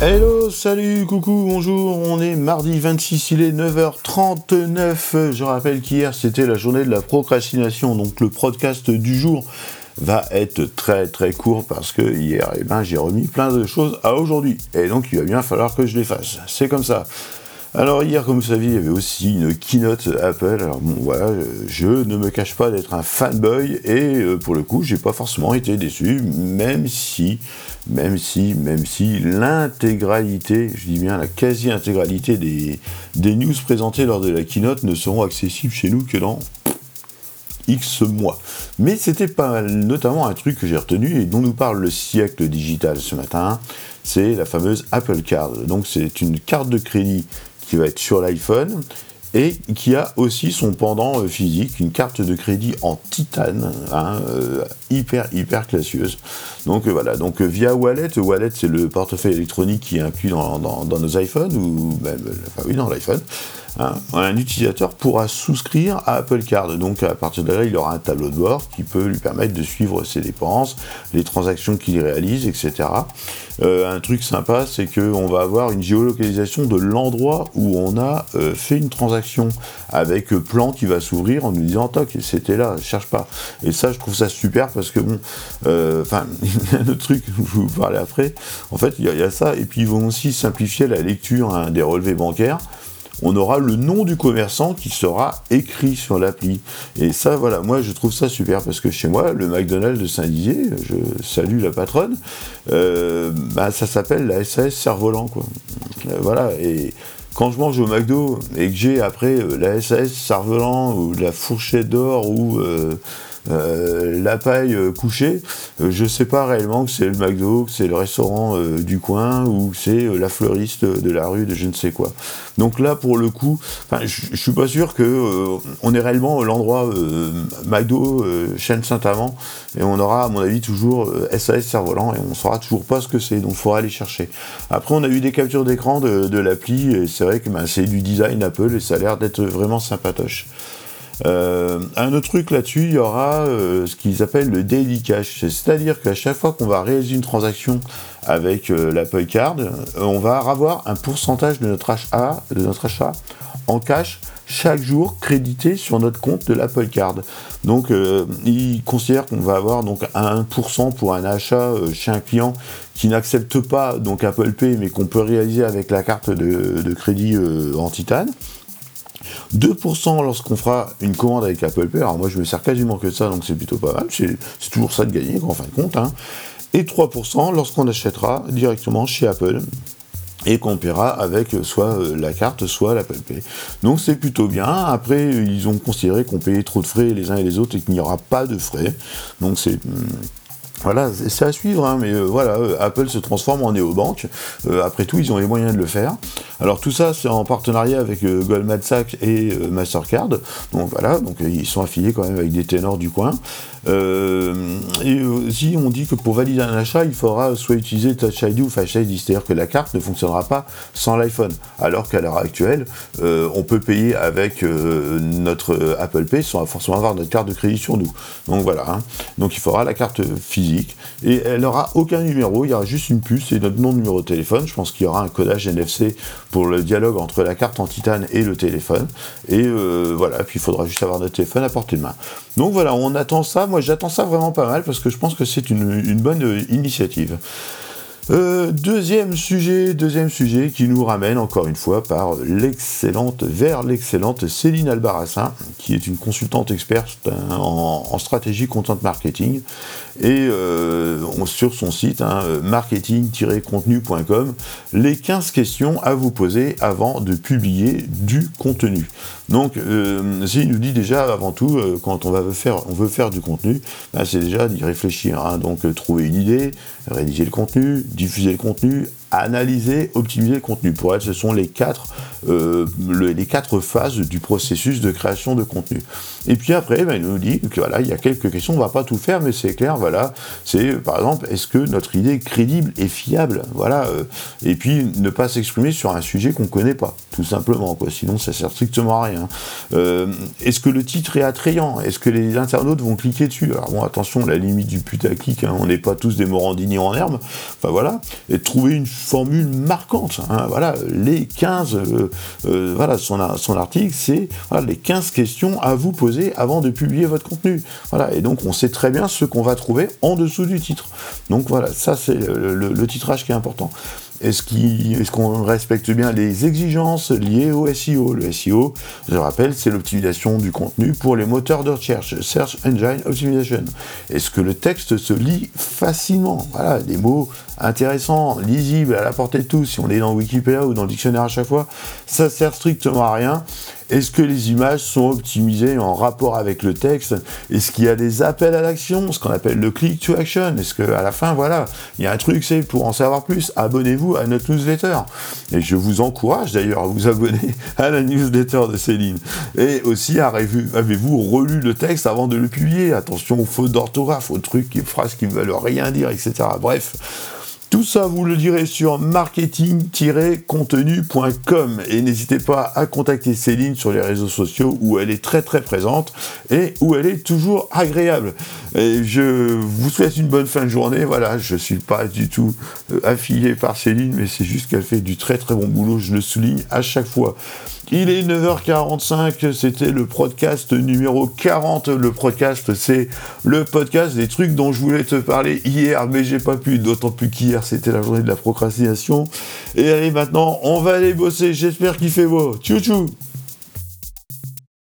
Hello, salut, coucou, bonjour, on est mardi 26, il est 9h39, je rappelle qu'hier c'était la journée de la procrastination, donc le podcast du jour va être très très court parce que hier j'ai remis plein de choses à aujourd'hui, et donc il va bien falloir que je les fasse, c'est comme ça. Alors hier, comme vous saviez, il y avait aussi une keynote Apple. Alors bon, voilà, je ne me cache pas d'être un fanboy et pour le coup, j'ai pas forcément été déçu, même si l'intégralité, je dis bien la quasi-intégralité des news présentées lors de la keynote ne seront accessibles chez nous que dans X mois. Mais c'était pas mal, notamment un truc que j'ai retenu et dont nous parle le siècle digital ce matin, c'est la fameuse Apple Card. Donc c'est une carte de crédit qui va être sur l'iPhone et qui a aussi son pendant physique, une carte de crédit en titane, hyper classieuse. Donc voilà, donc via Wallet c'est le portefeuille électronique qui est inclus dans nos iPhones, ou même, dans l'iPhone. Un utilisateur pourra souscrire à Apple Card, donc à partir de là il aura un tableau de bord qui peut lui permettre de suivre ses dépenses, les transactions qu'il réalise, etc. Un truc sympa, c'est qu'on va avoir une géolocalisation de l'endroit où on a fait une transaction, avec plan qui va s'ouvrir en nous disant toc, c'était là, cherche pas. Et ça, je trouve ça super parce que bon, il y a un autre truc, je vais vous parler après. En fait, il y a ça, et puis ils vont aussi simplifier la lecture des relevés bancaires. On aura le nom du commerçant qui sera écrit sur l'appli. Et ça, voilà, moi je trouve ça super, parce que chez moi, le McDonald's de Saint-Dizier, je salue la patronne, ça s'appelle la SAS Cerf-Volant, quoi. Voilà, et quand je mange au McDo et que j'ai après la SAS Cerf-Volant ou la fourchette d'or ou la paille couchée, je sais pas réellement que c'est le McDo, que c'est le restaurant du coin, ou que c'est la fleuriste de la rue de je ne sais quoi. Donc là, pour le coup, je suis pas sûr que on est réellement l'endroit McDo, chaîne Saint-Amand, et on aura, à mon avis, toujours SAS Cerf-Volant, et on saura toujours pas ce que c'est, donc il faudra aller chercher. Après, on a eu des captures d'écran de l'appli, et c'est vrai que c'est du design Apple, et ça a l'air d'être vraiment sympatoche. Un autre truc là-dessus, il y aura ce qu'ils appellent le Daily Cash, c'est-à-dire qu'à chaque fois qu'on va réaliser une transaction avec l'Apple Card, on va avoir un pourcentage de notre achat en cash chaque jour crédité sur notre compte de l'Apple Card. Donc ils considèrent qu'on va avoir donc 1% pour un achat chez un client qui n'accepte pas donc Apple Pay, mais qu'on peut réaliser avec la carte de crédit en titane. 2% lorsqu'on fera une commande avec Apple Pay, alors moi je me sers quasiment que de ça, donc c'est plutôt pas mal, c'est toujours ça de gagner en fin de compte, et 3% lorsqu'on achètera directement chez Apple, et qu'on paiera avec soit la carte, soit l'Apple Pay. Donc c'est plutôt bien. Après, ils ont considéré qu'on payait trop de frais les uns et les autres, et qu'il n'y aura pas de frais, donc c'est... Voilà, c'est à suivre, mais voilà, Apple se transforme en néobanque. Après tout, ils ont les moyens de le faire. Alors tout ça, c'est en partenariat avec Goldman Sachs et Mastercard. Donc voilà, donc ils sont affiliés quand même avec des ténors du coin. Et aussi, on dit que pour valider un achat, il faudra soit utiliser Touch ID ou Face ID, c'est-à-dire que la carte ne fonctionnera pas sans l'iPhone. Alors qu'à l'heure actuelle, on peut payer avec notre Apple Pay sans forcément avoir notre carte de crédit sur nous. Donc voilà, donc il faudra la carte physique. Et elle n'aura aucun numéro, il y aura juste une puce et notre nom de numéro de téléphone. Je pense qu'il y aura un codage NFC pour le dialogue entre la carte en titane et le téléphone. Et voilà, puis il faudra juste avoir notre téléphone à portée de main. Donc voilà, on attend ça. Moi, j'attends ça vraiment pas mal parce que je pense que c'est une bonne initiative. Deuxième sujet qui nous ramène encore une fois vers l'excellente Céline Albarracin, qui est une consultante experte en stratégie content marketing, et sur son site marketing-contenu.com, les 15 questions à vous poser avant de publier du contenu. Donc Céline nous dit déjà avant tout, quand on veut faire du contenu, c'est déjà d'y réfléchir, donc trouver une idée, rédiger le contenu, diffuser le contenu, analyser, optimiser le contenu. Pour elle, ce sont les quatre phases du processus de création de contenu. Et puis après, il nous dit que voilà, il y a quelques questions, on ne va pas tout faire, mais c'est clair, voilà, c'est par exemple, est-ce que notre idée est crédible et fiable, voilà, et puis ne pas s'exprimer sur un sujet qu'on ne connaît pas, tout simplement, quoi, sinon ça sert strictement à rien. Est-ce que le titre est attrayant? Est-ce que les internautes vont cliquer dessus? Alors bon, attention, la limite du putaclic, on n'est pas tous des Morandini en herbe, enfin voilà, et trouver une formule marquante. Hein, voilà, les 15, voilà, son article, c'est voilà, les 15 questions à vous poser avant de publier votre contenu. Voilà, et donc on sait très bien ce qu'on va trouver en dessous du titre. Donc voilà, ça c'est le titrage qui est important. Est-ce qu'on respecte bien les exigences liées au SEO? Le SEO, je rappelle, c'est l'optimisation du contenu pour les moteurs de recherche, Search Engine Optimization. Est-ce que le texte se lit facilement? Voilà, des mots intéressants, lisibles, à la portée de tous. Si on est dans Wikipédia ou dans le dictionnaire à chaque fois, ça sert strictement à rien. Est-ce que les images sont optimisées en rapport avec le texte? Est-ce qu'il y a des appels à l'action, ce qu'on appelle le click to action? Est-ce qu'à la fin, voilà, il y a un truc, c'est pour en savoir plus, abonnez-vous à notre newsletter. Et je vous encourage d'ailleurs à vous abonner à la newsletter de Céline. Et aussi, avez-vous relu le texte avant de le publier? Attention aux fautes d'orthographe, aux trucs, aux phrases qui ne veulent rien dire, etc. Bref. Tout ça, vous le direz sur marketing-contenu.com et n'hésitez pas à contacter Céline sur les réseaux sociaux où elle est très très présente et où elle est toujours agréable. Et je vous souhaite une bonne fin de journée. Voilà, je suis pas du tout affilié par Céline, mais c'est juste qu'elle fait du très très bon boulot, je le souligne à chaque fois. Il est 9h45, c'était le podcast numéro 40. Le podcast, c'est le podcast des trucs dont je voulais te parler hier, mais j'ai pas pu, d'autant plus qu'hier, c'était la journée de la procrastination. Et allez, maintenant, on va aller bosser, j'espère qu'il fait beau. Tchou tchou!